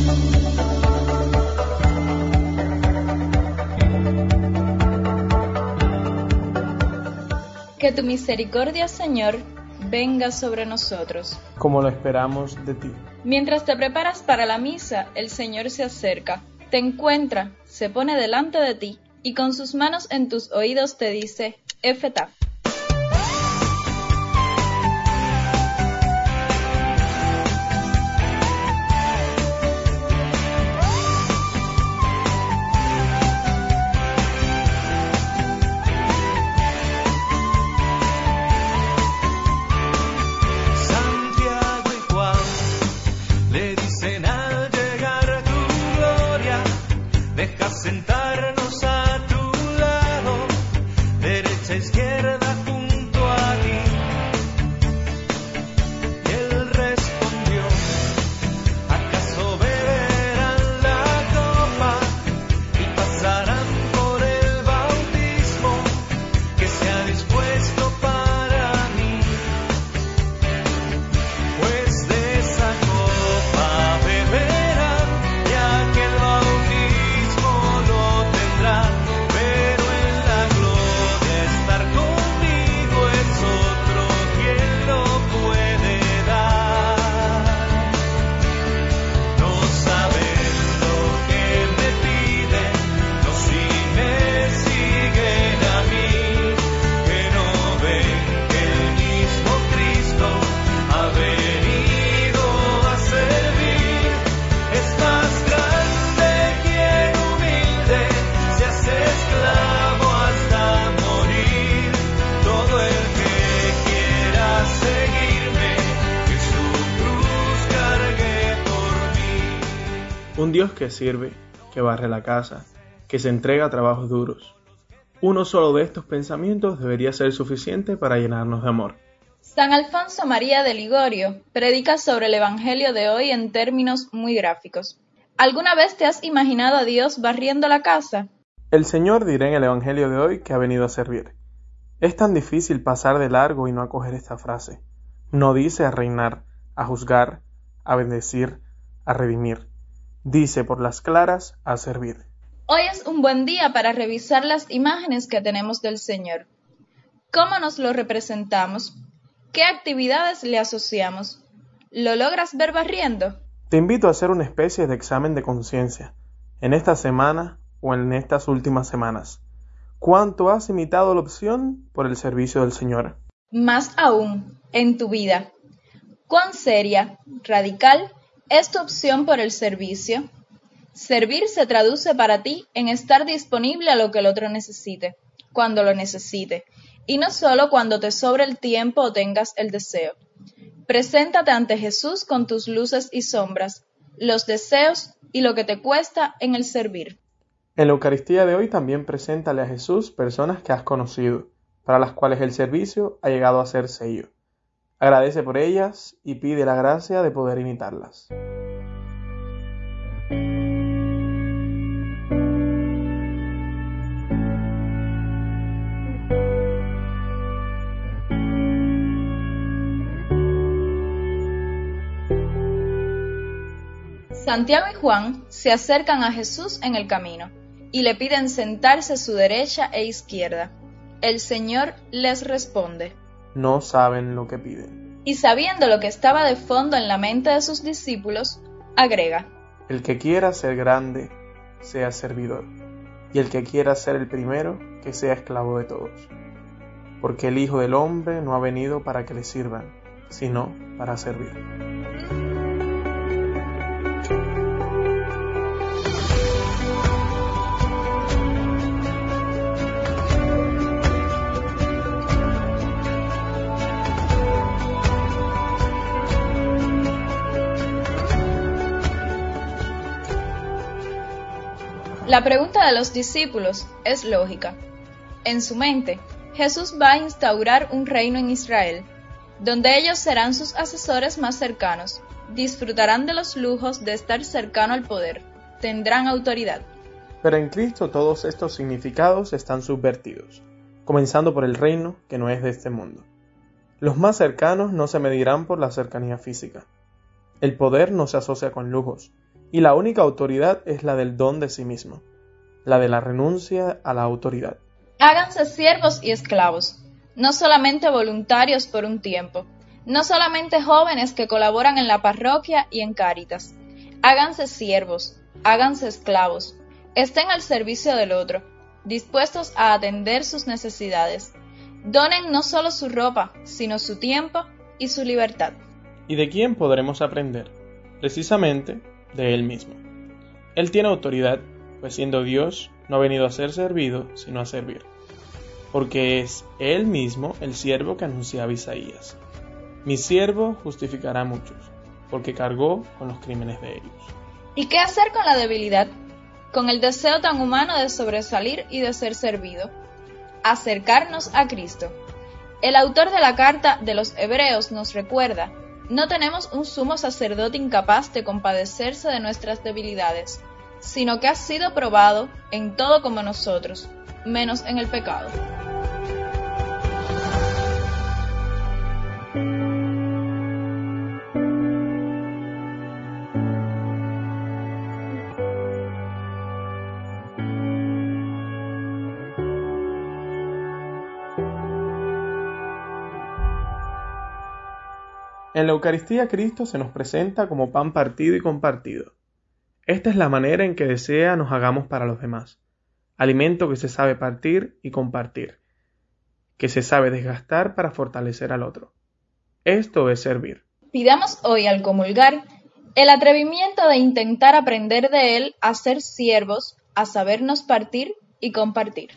Que tu misericordia, Señor, venga sobre nosotros, como lo esperamos de ti. Mientras te preparas para la misa, el Señor se acerca, te encuentra, se pone delante de ti, y con sus manos en tus oídos te dice, Efetá. Sentarnos a tu lado, derecha, izquierda, junto a ti. Y él respondió, ¿acaso beberán la copa y pasarán por el bautismo que se ha dispuesto para mí? Pues de esa copa beberán y aquel bautismo pero en la gloria estar conmigo es otro quien lo puede dar. No saben lo que me piden, no si me siguen a mí, que no ven que el mismo Cristo ha venido a servir. Es más grande que humilde, se hace esclavo hasta morir. Todo el que quiera seguirme, que su cruz cargue por mí. Un Dios que sirve, que barre la casa, que se entrega a trabajos duros. Uno solo de estos pensamientos debería ser suficiente para llenarnos de amor. San Alfonso María de Ligorio predica sobre el Evangelio de hoy en términos muy gráficos. ¿Alguna vez te has imaginado a Dios barriendo la casa? El Señor dirá en el Evangelio de hoy que ha venido a servir. Es tan difícil pasar de largo y no acoger esta frase. No dice a reinar, a juzgar, a bendecir, a redimir. Dice por las claras a servir. Hoy es un buen día para revisar las imágenes que tenemos del Señor. ¿Cómo nos lo representamos? ¿Qué actividades le asociamos? ¿Lo logras ver barriendo? Te invito a hacer una especie de examen de conciencia. En esta semana o en estas últimas semanas, ¿cuánto has imitado la opción por el servicio del Señor? Más aún, en tu vida, ¿cuán seria, radical es tu opción por el servicio? Servir se traduce para ti en estar disponible a lo que el otro necesite, cuando lo necesite, y no solo cuando te sobre el tiempo o tengas el deseo. Preséntate ante Jesús con tus luces y sombras, los deseos y lo que te cuesta en el servir. En la Eucaristía de hoy también preséntale a Jesús personas que has conocido, para las cuales el servicio ha llegado a ser sello. Agradece por ellas y pide la gracia de poder imitarlas. Santiago y Juan se acercan a Jesús en el camino y le piden sentarse a su derecha e izquierda. El Señor les responde: No saben lo que piden. Y sabiendo lo que estaba de fondo en la mente de sus discípulos, agrega: El que quiera ser grande, sea servidor, y el que quiera ser el primero, que sea esclavo de todos. Porque el Hijo del Hombre no ha venido para que le sirvan, sino para servir. La pregunta de los discípulos es lógica. En su mente, Jesús va a instaurar un reino en Israel, donde ellos serán sus asesores más cercanos, disfrutarán de los lujos de estar cercano al poder, tendrán autoridad. Pero en Cristo todos estos significados están subvertidos, comenzando por el reino que no es de este mundo. Los más cercanos no se medirán por la cercanía física. El poder no se asocia con lujos, y la única autoridad es la del don de sí mismo, la de la renuncia a la autoridad. Háganse siervos y esclavos, no solamente voluntarios por un tiempo, no solamente jóvenes que colaboran en la parroquia y en Cáritas. Háganse siervos, háganse esclavos, estén al servicio del otro, dispuestos a atender sus necesidades. Donen no solo su ropa, sino su tiempo y su libertad. ¿Y de quién podremos aprender? Precisamente de Él mismo. Él tiene autoridad, pues siendo Dios, no ha venido a ser servido, sino a servir. Porque es Él mismo el siervo que anunciaba Isaías. Mi siervo justificará a muchos, porque cargó con los crímenes de ellos. ¿Y qué hacer con la debilidad? Con el deseo tan humano de sobresalir y de ser servido. Acercarnos a Cristo. El autor de la carta de los Hebreos nos recuerda: no tenemos un sumo sacerdote incapaz de compadecerse de nuestras debilidades, sino que ha sido probado en todo como nosotros, menos en el pecado. En la Eucaristía Cristo se nos presenta como pan partido y compartido. Esta es la manera en que desea nos hagamos para los demás. Alimento que se sabe partir y compartir, que se sabe desgastar para fortalecer al otro. Esto es servir. Pidamos hoy al comulgar el atrevimiento de intentar aprender de Él a ser siervos, a sabernos partir y compartir.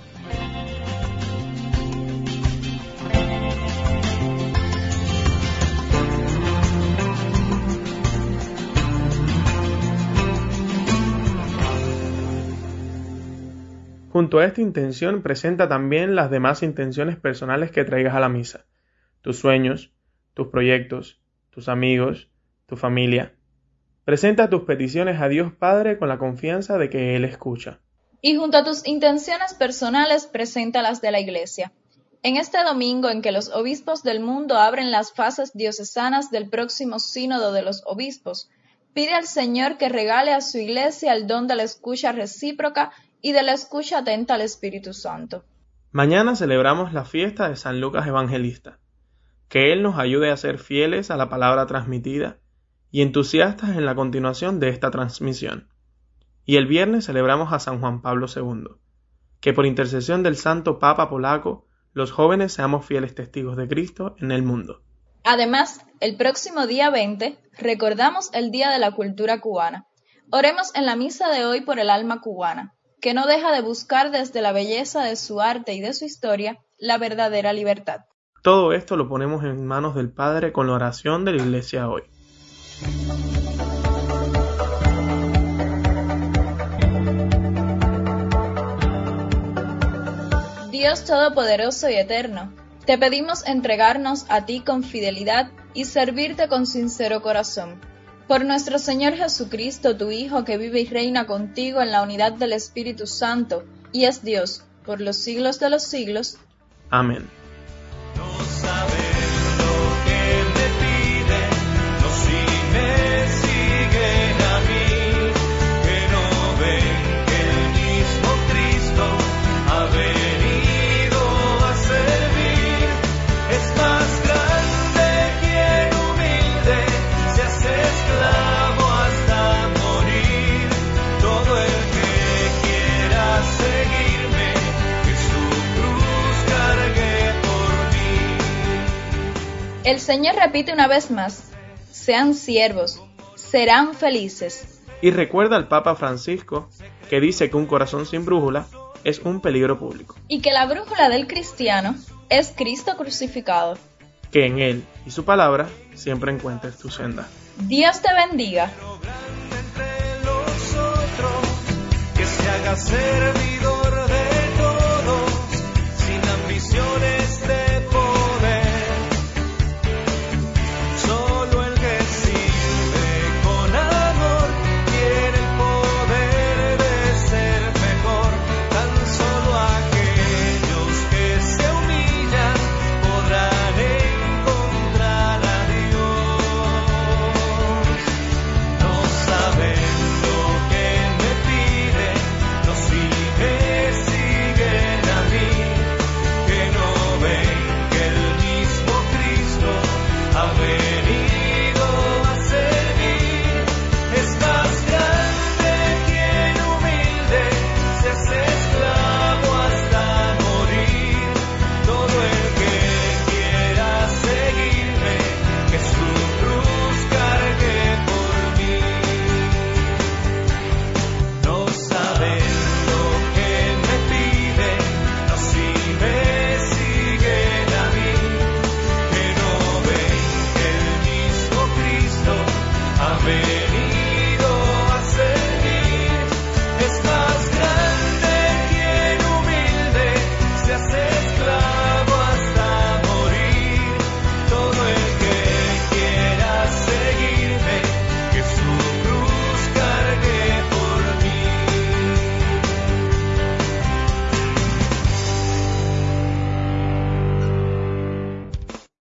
Junto a esta intención, presenta también las demás intenciones personales que traigas a la misa. Tus sueños, tus proyectos, tus amigos, tu familia. Presenta tus peticiones a Dios Padre con la confianza de que Él escucha. Y junto a tus intenciones personales, presenta las de la Iglesia. En este domingo en que los obispos del mundo abren las fases diocesanas del próximo sínodo de los obispos, pide al Señor que regale a su Iglesia el don de la escucha recíproca y de la escucha atenta al Espíritu Santo. Mañana celebramos la fiesta de San Lucas Evangelista. Que Él nos ayude a ser fieles a la palabra transmitida y entusiastas en la continuación de esta transmisión. Y el viernes celebramos a San Juan Pablo II. Que por intercesión del Santo Papa Polaco, los jóvenes seamos fieles testigos de Cristo en el mundo. Además, el próximo día 20 recordamos el Día de la Cultura Cubana. Oremos en la misa de hoy por el alma cubana, que no deja de buscar desde la belleza de su arte y de su historia la verdadera libertad. Todo esto lo ponemos en manos del Padre con la oración de la Iglesia hoy. Dios Todopoderoso y Eterno, te pedimos entregarnos a ti con fidelidad y servirte con sincero corazón. Por nuestro Señor Jesucristo, tu Hijo, que vive y reina contigo en la unidad del Espíritu Santo, y es Dios, por los siglos de los siglos. Amén. No saber lo que me piden, no si me siguen a mí, que no ven que el mismo Cristo ha venido a servir. Es más grande quien humilde se hace esclavo hasta morir. Todo el que quiera seguirme, que su cruz cargue por mí. El Señor repite una vez más: sean siervos, serán felices. Y recuerda al Papa Francisco, que dice que un corazón sin brújula es un peligro público. Y que la brújula del cristiano es Cristo crucificado. Que en Él y su palabra siempre encuentres tu senda. Dios te bendiga. Lo grande entre los otros, que se haga servir.